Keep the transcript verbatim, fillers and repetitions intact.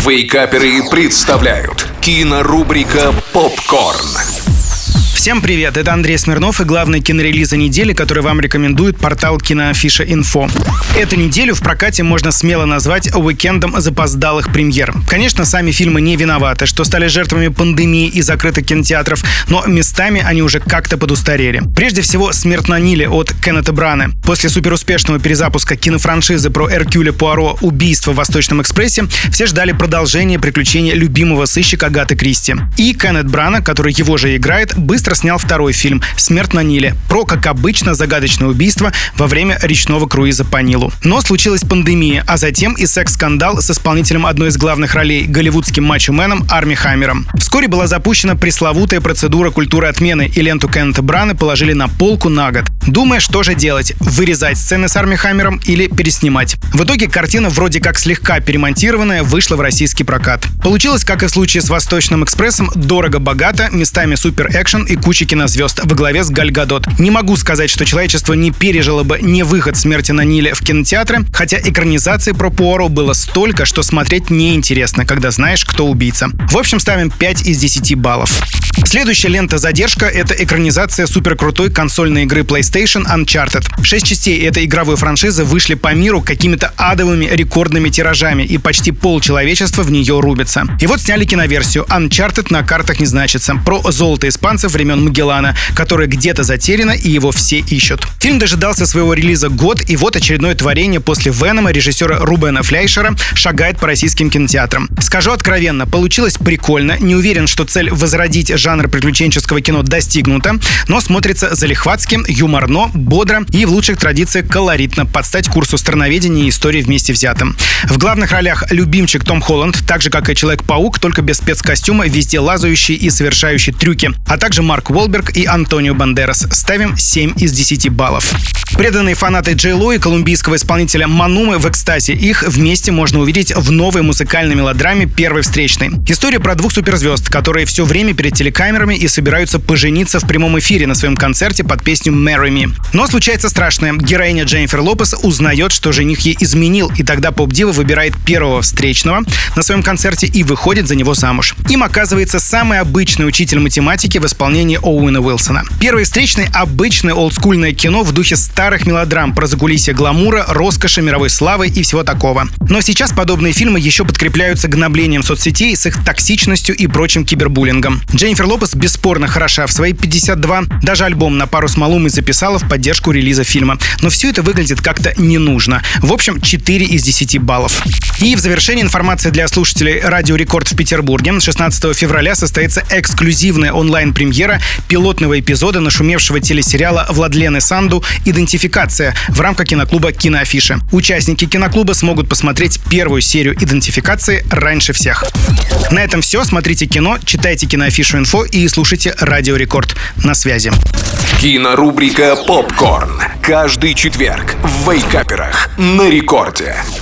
Вейкаперы представляют кинорубрика «Попкорн». Всем привет, это Андрей Смирнов и главные кинорелизы недели, которые вам рекомендует портал Киноафиша Инфо. Эту неделю в прокате можно смело назвать уикендом запоздалых премьер. Конечно, сами фильмы не виноваты, что стали жертвами пандемии и закрытых кинотеатров, но местами они уже как-то подустарели. Прежде всего, «Смерть на Ниле» от Кеннета Браны. После суперуспешного перезапуска кинофраншизы про Эркюля Пуаро «Убийство в Восточном экспрессе» все ждали продолжения приключений любимого сыщика Агаты Кристи. И Кеннет Брана, который его же играет, быстро снял второй фильм «Смерть на Ниле» про, как обычно, загадочное убийство во время речного круиза по Нилу. Но случилась пандемия, а затем и секс-скандал с исполнителем одной из главных ролей, голливудским мачо-меном Арми Хаммером. Вскоре была запущена пресловутая процедура культуры отмены, и ленту Кеннета Браны положили на полку на год. Думая, что же делать – вырезать сцены с Арми Хаммером или переснимать. В итоге картина, вроде как слегка перемонтированная, вышла в российский прокат. Получилось, как и в случае с «Восточным экспрессом», дорого-богато, местами супер-экшен и куча кинозвезд во главе с Галь Гадот. Не могу сказать, что человечество не пережило бы не выход «Смерти на Ниле» в кинотеатры, хотя экранизаций про Пуаро было столько, что смотреть неинтересно, когда знаешь, кто убийца. В общем, ставим пять из десяти баллов. Следующая лента «Задержка» — это экранизация суперкрутой консольной игры PlayStation Uncharted. Шесть частей этой игровой франшизы вышли по миру какими-то адовыми рекордными тиражами, и почти полчеловечества в нее рубится. И вот сняли киноверсию Uncharted на картах не значится, про золото испанцев времен Магеллана, которое где-то затеряно и его все ищут. Фильм дожидался своего релиза год, и вот очередное творение после «Венома» режиссера Рубена Флейшера шагает по российским кинотеатрам. Скажу откровенно, получилось прикольно, не уверен, что цель возродить жанр приключенческого кино достигнута, но смотрится залихватски, юморно, бодро и в лучших традициях колоритно, под стать курсу страноведения и истории вместе взятым. В главных ролях любимчик Том Холланд, так же как и Человек-паук, только без спецкостюма, везде лазающий и совершающий трюки, а также Марк Уолберг и Антонио Бандерас. Ставим семь из десяти баллов. Преданные фанаты Джей Ло и колумбийского исполнителя Манумы в экстазе. Их вместе можно увидеть в новой музыкальной мелодраме «Первый встречный». История про двух суперзвезд, которые все время перед телекамерами и собираются пожениться в прямом эфире на своем концерте под песню «Marry Me». Но случается страшное. Героиня Дженнифер Лопес узнает, что жених ей изменил, и тогда поп-дива выбирает первого встречного на своем концерте и выходит за него замуж. Им оказывается самый обычный учитель математики в исполнении Оуэна Уилсона. «Первый встречный» — обычное олдскульное кино в духе старых мелодрам про закулисье гламура, роскоши, мировой славы и всего такого. Но сейчас подобные фильмы еще подкрепляются гноблением соцсетей с их токсичностью и прочим кибербуллингом. Дженнифер Лопес бесспорно хороша в свои пятьдесят два, даже альбом на пару с Малумой записала в поддержку релиза фильма. Но все это выглядит как-то не нужно. В общем, четыре из десяти баллов. И в завершении информация для слушателей Радио Рекорд в Петербурге. шестнадцатого февраля состоится эксклюзивная онлайн-премьера пилотного эпизода нашумевшего телесериала Владлены Санду «Идентификация» в рамках киноклуба «Киноафиша». Участники киноклуба смогут посмотреть первую серию «Идентификации» раньше всех. На этом все. Смотрите кино, читайте Киноафишу Инфо и слушайте Радио Рекорд. На связи. Кинорубрика «Попкорн». Каждый четверг в Вейкаперах на Рекорде.